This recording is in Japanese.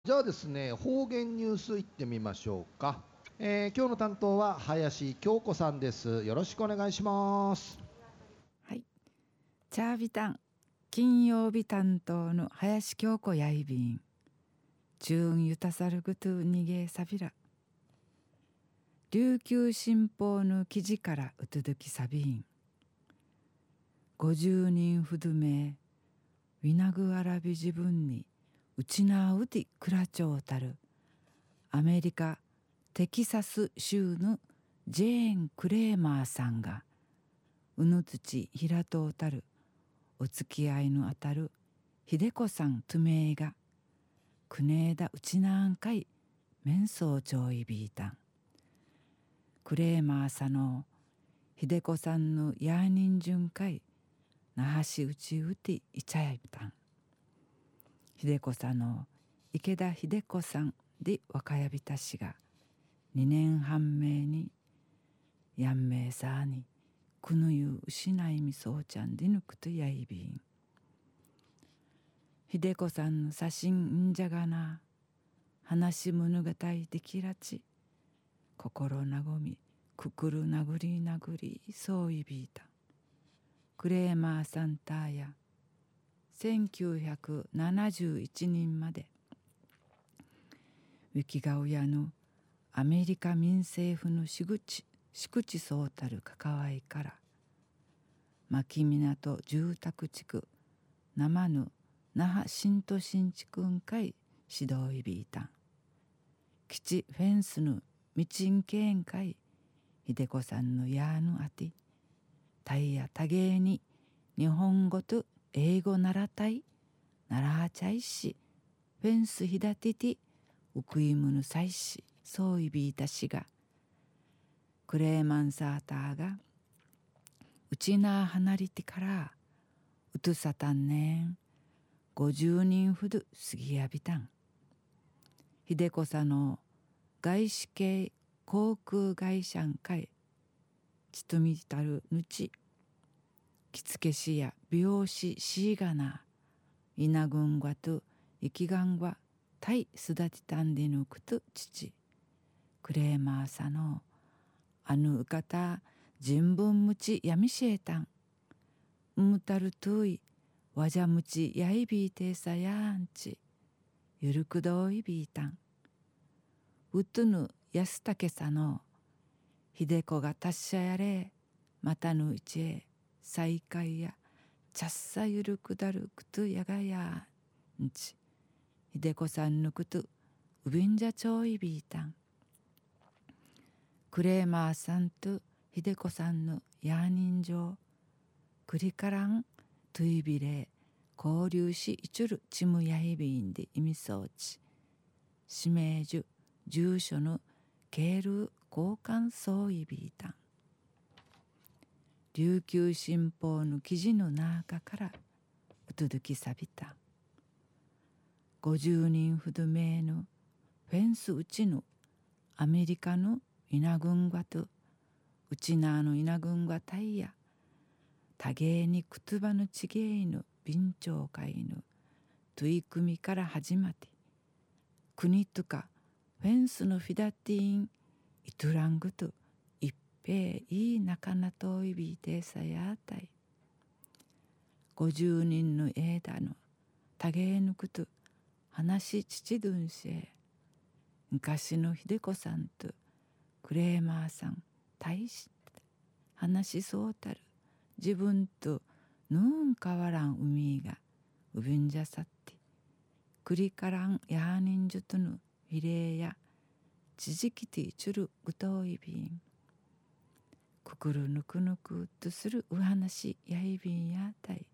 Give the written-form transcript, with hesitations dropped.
じゃあですね、方言ニュースいってみましょうか。今日の担当は林京子さんです。よろしくお願いします。 はい。チャービタン、金曜日担当の林京子やいびん。チューンユタサルグトゥニゲーサビラ。琉球新報の記事からうつづきサビン。50人ふどめ、ウィナグアラビ自分に、うちなうてクラチョウたる。アメリカ・テキサス州のジェーン・クレーマーさんが、うぬつちひらとうたる。お付き合いのあたる秀子さんとめいがくねえだうちなんかい面相ちょいびいたんクレーマーさの秀子さんのやーにんじゅんかい那覇市うちうていちゃやびたん秀子さんの池田秀子さんで若やびたしが2年半目にやんめいさにくぬゆう失いみそうちゃんでぬくとやいびん秀子さんの写真んじゃがな話物語できらち心なごみくくるなぐりなぐりそういびいたクレーマーサンターや1971人までウィキガウヤのアメリカ民政府のしぐちそうたる関わいから牧港住宅地区生ぬ那覇新都新地区んかい指導いびいたん基地フェンスの道んけんかい秀子さんのやーぬあてたいやたげに日本語と英語ならたいならはちゃいしフェンスひだててうくいむぬさいしそういびいたしがクレーマンサーターがうちな離れてからうとさたんねん50人ほど過ぎやびたん秀子さんの外資系航空会社んかいちとみたるぬち着付け師や美容師しがな稲群がと生きがんはたいすだてたんでぬくと父クレーマーさのあぬうかた人文むちやみしえたんむたるといわじゃむちやいびいてさやんちゆるくどいびいたんうとぬやすたけさの秀子が達者やれまたぬうちへ再会やちゃっさゆるくだるくとやがやんち秀子さんぬくとうびんじゃちょいびいたんクレーマーさんと秀子さんのやーにんじょうくりからんといびれ交流しいちゅるちむやいびんで意味そうち指名樹住所のケール交換そういびいたん琉球新報の記事の中からうとどきさびた50人ほど名のフェンスうちのアメリカの稲群がとうちなあの稲群がたいや多芸にくつばのちげいの備長会の取り組みから始まって国とかフェンスのフィダティーンイトラングと一平いい仲なといびいてさやたい50人の枝の多芸ぬくと話父どんしえ昔の秀子さんとクレーマーさん大して話しそうたる自分とぬん変わらん海がうびんじゃさってくりからんやーにんじゅとぬひれやちじきてちゅるぐといびんくくるぬくぬくとするう話やいびんやたい